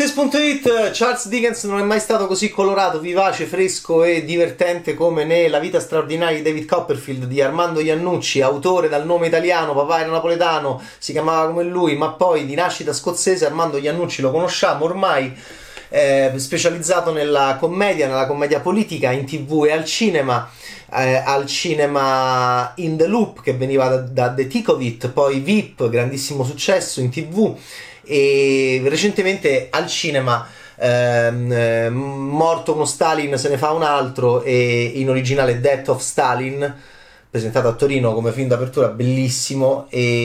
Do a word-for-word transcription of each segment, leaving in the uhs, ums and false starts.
fumetti punto it, Charles Dickens non è mai stato così colorato, vivace, fresco e divertente come ne La vita straordinaria di David Copperfield di Armando Iannucci, autore dal nome italiano, papà era napoletano, si chiamava come lui, ma poi di nascita scozzese. Armando Iannucci lo conosciamo ormai, eh, specializzato nella commedia, nella commedia politica, in tv e al cinema. Eh, al cinema In the Loop, che veniva da, da The Thick of It, poi V I P, grandissimo successo in tv, e recentemente al cinema ehm, eh, Morto uno Stalin se ne fa un altro, e in originale Death of Stalin, presentato a Torino come film d'apertura, bellissimo,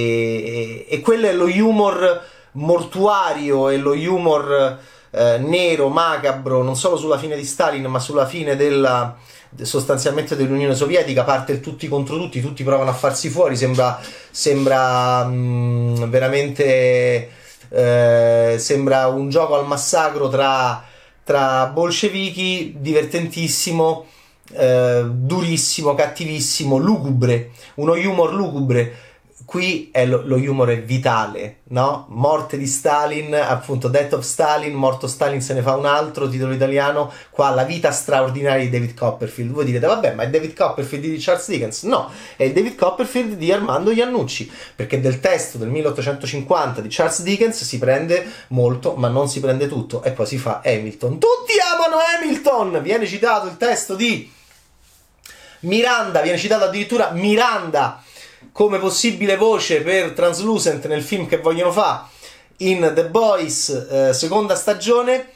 e, e, e quello è lo humor mortuario e lo humor eh, nero, macabro, non solo sulla fine di Stalin ma sulla fine della sostanzialmente dell'Unione Sovietica. Parte il tutti contro tutti, tutti provano a farsi fuori, sembra sembra mh, veramente eh, sembra un gioco al massacro tra, tra bolscevichi, divertentissimo, eh, durissimo, cattivissimo, lugubre, uno humor lugubre. Qui è lo, lo humor è vitale, no? Morte di Stalin, appunto Death of Stalin, morto Stalin se ne fa un altro, titolo italiano. Qua La vita straordinaria di David Copperfield. Voi direte, vabbè, ma è David Copperfield di Charles Dickens? No, è il David Copperfield di Armando Iannucci, perché del testo del milleottocentocinquanta di Charles Dickens si prende molto, ma non si prende tutto, e poi si fa Hamilton. Tutti amano Hamilton! Viene citato il testo di Miranda, viene citato addirittura Miranda come possibile voce per Translucent nel film che vogliono fare in The Boys, eh, seconda stagione,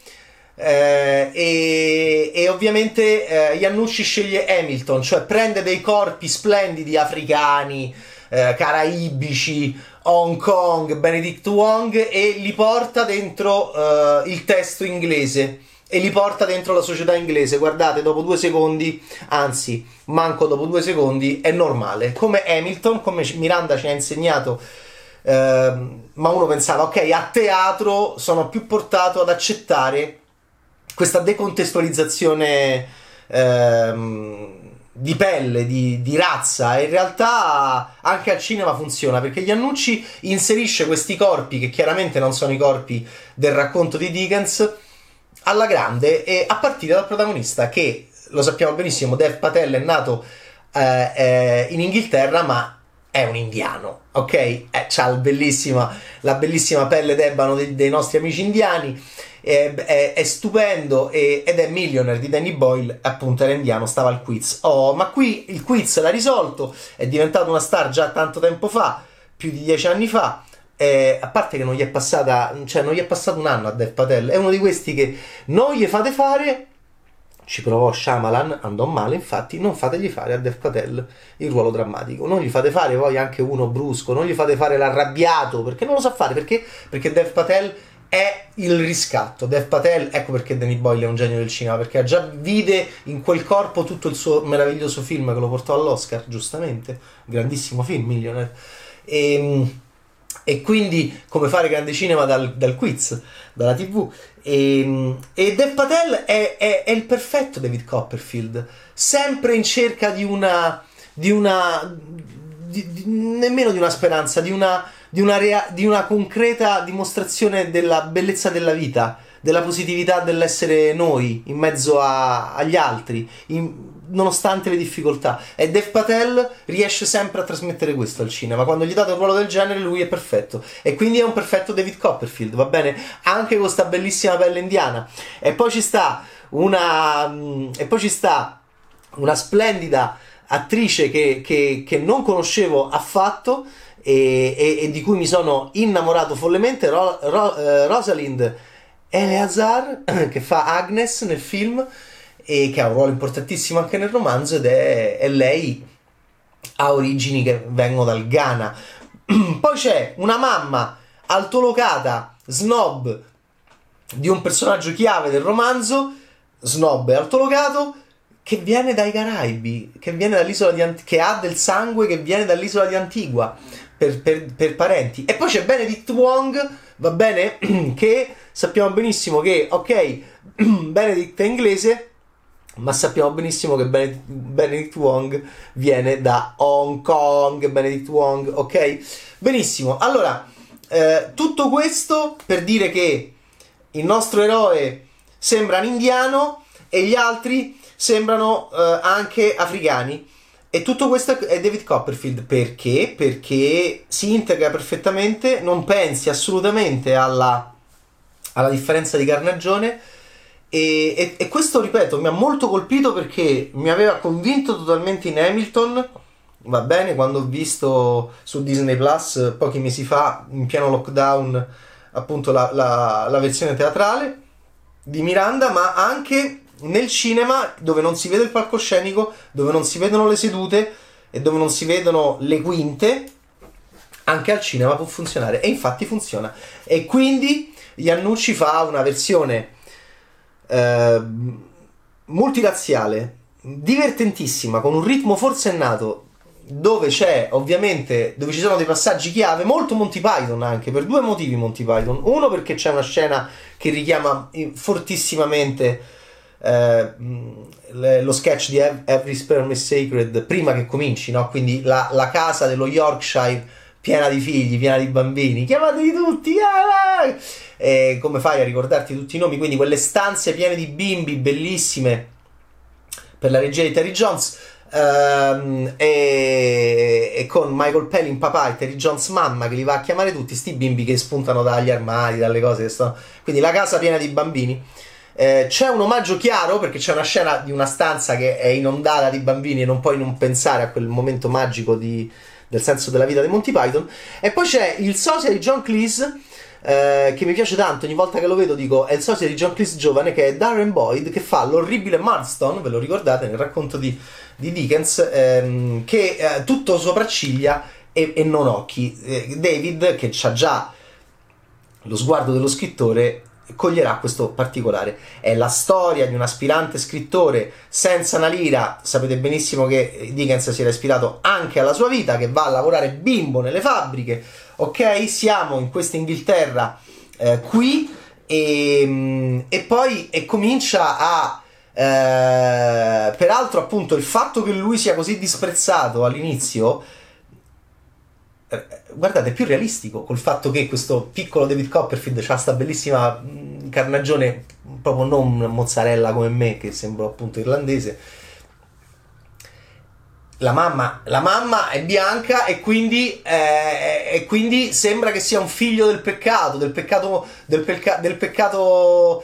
eh, e, e ovviamente eh, Iannucci sceglie Hamilton, cioè prende dei corpi splendidi africani, eh, caraibici, Hong Kong, Benedict Wong, e li porta dentro eh, il testo inglese e li porta dentro la società inglese. Guardate, dopo due secondi, anzi manco dopo due secondi, è normale, come Hamilton, come Miranda ci ha insegnato, eh, ma uno pensava, ok, a teatro sono più portato ad accettare questa decontestualizzazione eh, di pelle, di, di razza, e in realtà anche al cinema funziona, perché Iannucci inserisce questi corpi, che chiaramente non sono i corpi del racconto di Dickens, alla grande, e a partire dal protagonista, che lo sappiamo benissimo, Dev Patel è nato eh, eh, in Inghilterra, ma è un indiano, ok? Eh, c'ha il bellissima, la bellissima pelle d'ebano dei, dei nostri amici indiani, è, è, è stupendo, e, ed è Millionaire di Danny Boyle, appunto era indiano, stava al quiz. Oh, ma qui il quiz l'ha risolto, è diventato una star già tanto tempo fa, più di dieci anni fa. Eh, a parte che non gli è passata, cioè non gli è passato un anno a Dev Patel, è uno di questi che non gli fate fare, ci provò Shyamalan, andò male, infatti non fategli fare a Dev Patel il ruolo drammatico, non gli fate fare poi anche uno brusco, non gli fate fare l'arrabbiato, perché non lo sa fare, perché? Perché Dev Patel è il riscatto. Dev Patel, ecco perché Danny Boyle è un genio del cinema, perché già vide in quel corpo tutto il suo meraviglioso film che lo portò all'Oscar, giustamente, grandissimo film, Millionaire, e e quindi come fare grande cinema dal, dal quiz, dalla tv. E, e Dev Patel è, è, è il perfetto David Copperfield, sempre in cerca di una di una di, di, nemmeno di una speranza, di una di una, rea, di una concreta dimostrazione della bellezza della vita, della positività dell'essere noi in mezzo a, agli altri, in, nonostante le difficoltà. E Dev Patel riesce sempre a trasmettere questo al cinema. Quando gli date un ruolo del genere, lui è perfetto, e quindi è un perfetto David Copperfield, va bene? Anche con sta bellissima pelle indiana. E poi ci sta una e poi ci sta una splendida attrice che, che, che non conoscevo affatto, e, e, e di cui mi sono innamorato follemente, Ro, Ro, eh, Rosalind Eleazar, che fa Agnes nel film, e che ha un ruolo importantissimo anche nel romanzo, ed è, è lei ha origini che vengono dal Ghana. Poi c'è una mamma altolocata, snob, di un personaggio chiave del romanzo, snob e altolocato, che viene dai Caraibi, che viene dall'isola di Ant- che ha del sangue che viene dall'isola di Antigua per, per, per parenti. E poi c'è Benedict Wong, va bene, che sappiamo benissimo che, ok, Benedict è inglese, ma sappiamo benissimo che Benedict, Benedict Wong viene da Hong Kong, Benedict Wong, ok? Benissimo, allora, eh, tutto questo per dire che il nostro eroe sembra un indiano e gli altri sembrano eh, anche africani. E tutto questo è David Copperfield. Perché? Perché si integra perfettamente, non pensi assolutamente alla, alla differenza di carnagione. E, e, e questo, ripeto, mi ha molto colpito perché mi aveva convinto totalmente in Hamilton, va bene, quando ho visto su Disney Plus pochi mesi fa, in pieno lockdown, appunto la, la, la versione teatrale di Miranda, ma anche nel cinema, dove non si vede il palcoscenico, dove non si vedono le sedute e dove non si vedono le quinte, anche al cinema può funzionare, e infatti funziona. E quindi Iannucci fa una versione eh, multirazziale, divertentissima, con un ritmo forsennato, dove c'è ovviamente, dove ci sono dei passaggi chiave, molto Monty Python, anche per due motivi Monty Python. Uno, perché c'è una scena che richiama fortissimamente eh, lo sketch di Every Sperm is Sacred prima che cominci, no? Quindi la, la casa dello Yorkshire piena di figli, piena di bambini, chiamateli tutti, ah! E come fai a ricordarti tutti i nomi? Quindi quelle stanze piene di bimbi bellissime per la regia di Terry Jones. Um, e, e con Michael Palin papà e Terry Jones mamma, che li va a chiamare tutti sti bimbi che spuntano dagli armadi, dalle cose che stanno, quindi la casa piena di bambini. Eh, c'è un omaggio chiaro perché c'è una scena di una stanza che è inondata di bambini e non puoi non pensare a quel momento magico di, del senso della vita di Monty Python. E poi c'è il sosia di John Cleese, eh, che mi piace tanto, ogni volta che lo vedo dico è il sosia di John Cleese giovane, che è Darren Boyd, che fa l'orribile Marston, ve lo ricordate nel racconto di di Dickens, ehm, che eh, tutto sopracciglia e, e non occhi. eh, David, che ha già lo sguardo dello scrittore, coglierà questo particolare. È la storia di un aspirante scrittore senza una lira. Sapete benissimo che Dickens si era ispirato anche alla sua vita, che va a lavorare bimbo nelle fabbriche. Ok, siamo in questa Inghilterra eh, qui e, e poi e comincia a Eh, peraltro, appunto, il fatto che lui sia così disprezzato all'inizio, eh, guardate, è più realistico col fatto che questo piccolo David Copperfield ha sta bellissima mh, carnagione, proprio non mozzarella come me, che sembro appunto irlandese. La mamma, la mamma è bianca e quindi, eh, e quindi sembra che sia un figlio del peccato, del peccato, del, pecca, del peccato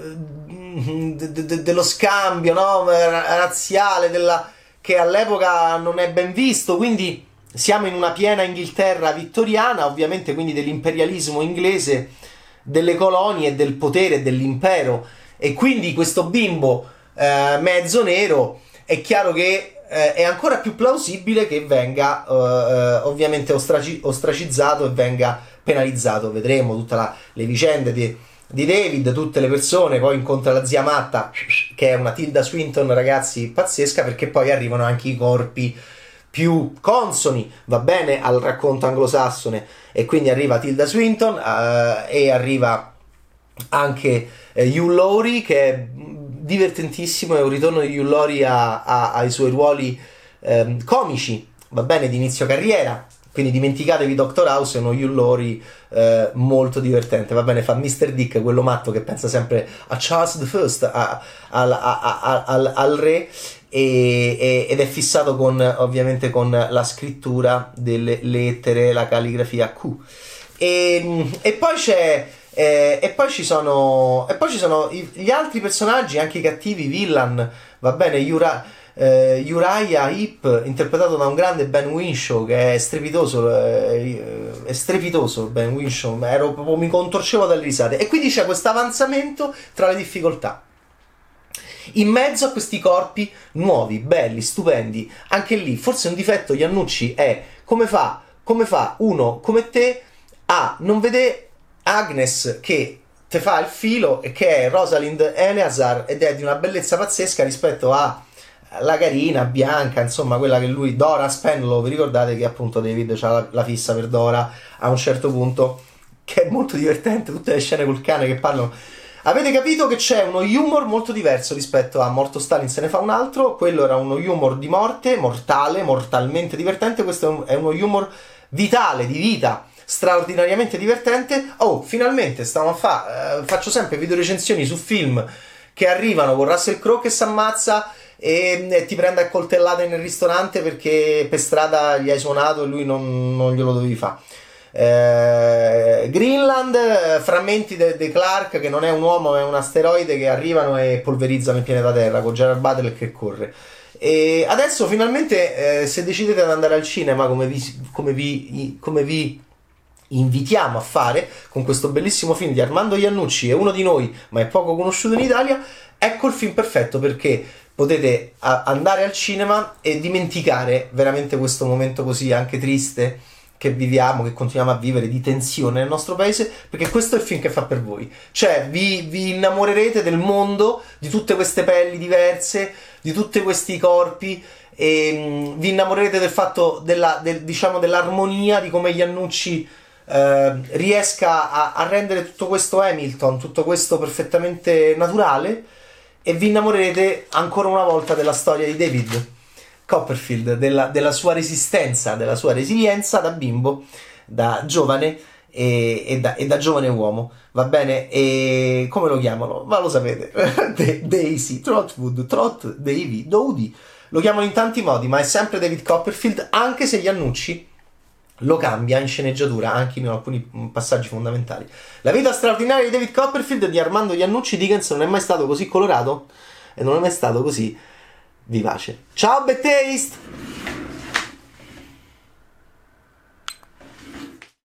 De, de, dello scambio, no? razziale, della, che all'epoca non è ben visto. Quindi siamo in una piena Inghilterra vittoriana, ovviamente, quindi dell'imperialismo inglese, delle colonie, e del potere e dell'impero. E quindi questo bimbo eh, mezzo nero, è chiaro che eh, è ancora più plausibile che venga eh, ovviamente ostraci, ostracizzato e venga penalizzato. Vedremo tutte le vicende di di David, tutte le persone, poi incontra la zia Matta, che è una Tilda Swinton, ragazzi, pazzesca, perché poi arrivano anche i corpi più consoni, va bene, al racconto anglosassone, e quindi arriva Tilda Swinton uh, e arriva anche uh, Hugh Laurie, che è divertentissimo, è un ritorno di Hugh Laurie a, a, ai suoi ruoli um, comici, va bene, di inizio carriera. Quindi dimenticatevi Doctor House, è uno Hugh Laurie eh, molto divertente, va bene, fa mister Dick, quello matto che pensa sempre a Charles the First, a, a, a, a, al, al re, e, e, ed è fissato con, ovviamente, con la scrittura delle lettere, la calligrafia Q. E, e poi c'è... Eh, e poi ci sono e poi ci sono i, gli altri personaggi, anche i cattivi, villain, va bene, Ura... Uh, Uriah Heep, interpretato da un grande Ben Whishaw, che è strepitoso, è, è strepitoso Ben Whishaw, ero proprio, mi contorcevo dalle risate. E quindi c'è questo avanzamento tra le difficoltà in mezzo a questi corpi nuovi, belli, stupendi. Anche lì forse un difetto Iannucci è come fa, come fa uno come te a non vedere Agnes che te fa il filo, e che è Rosalind Eleazar, ed è di una bellezza pazzesca rispetto a la carina, bianca, insomma, quella che lui, Dora Spenlow. Vi ricordate che appunto David c'ha la, la fissa per Dora a un certo punto, che è molto divertente, tutte le scene col cane che parlano. Avete capito che c'è uno humor molto diverso rispetto a Morto Stalin se ne fa un altro. Quello era uno humor di morte, mortale, mortalmente divertente. Questo è, un, è uno humor vitale, di vita, straordinariamente divertente. Oh, finalmente stiamo a fa, eh, faccio sempre video recensioni su film che arrivano con Russell Crowe che si ammazza e, e ti prende a coltellate nel ristorante perché per strada gli hai suonato e lui non, non glielo dovevi fare. Eh, Greenland, frammenti di Clark, che non è un uomo ma è un asteroide, che arrivano e polverizzano il pianeta Terra con Gerard Butler che corre. E adesso finalmente, eh, se decidete ad andare al cinema, come vi, come vi, come vi invitiamo a fare con questo bellissimo film di Armando Iannucci, è uno di noi ma è poco conosciuto in Italia, ecco il film perfetto, perché potete a- andare al cinema e dimenticare veramente questo momento così anche triste che viviamo, che continuiamo a vivere, di tensione nel nostro paese, perché questo è il film che fa per voi. Cioè vi, vi innamorerete del mondo, di tutte queste pelli diverse, di tutti questi corpi, e mh, vi innamorerete del fatto della, del, diciamo, dell'armonia, di come Iannucci eh, riesca a, a rendere tutto questo Hamilton, tutto questo perfettamente naturale, e vi innamorerete ancora una volta della storia di David Copperfield, della, della sua resistenza, della sua resilienza da bimbo, da giovane e, e, da, e da giovane uomo, va bene? E come lo chiamano? Ma lo sapete, Daisy, Trotwood, Trot, Davy, Dodie, lo chiamano in tanti modi, ma è sempre David Copperfield, anche se Iannucci lo cambia in sceneggiatura anche in alcuni passaggi fondamentali. La vita straordinaria di David Copperfield di Armando Iannucci. Dickens non è mai stato così colorato e non è mai stato così vivace. Ciao Bad Taste!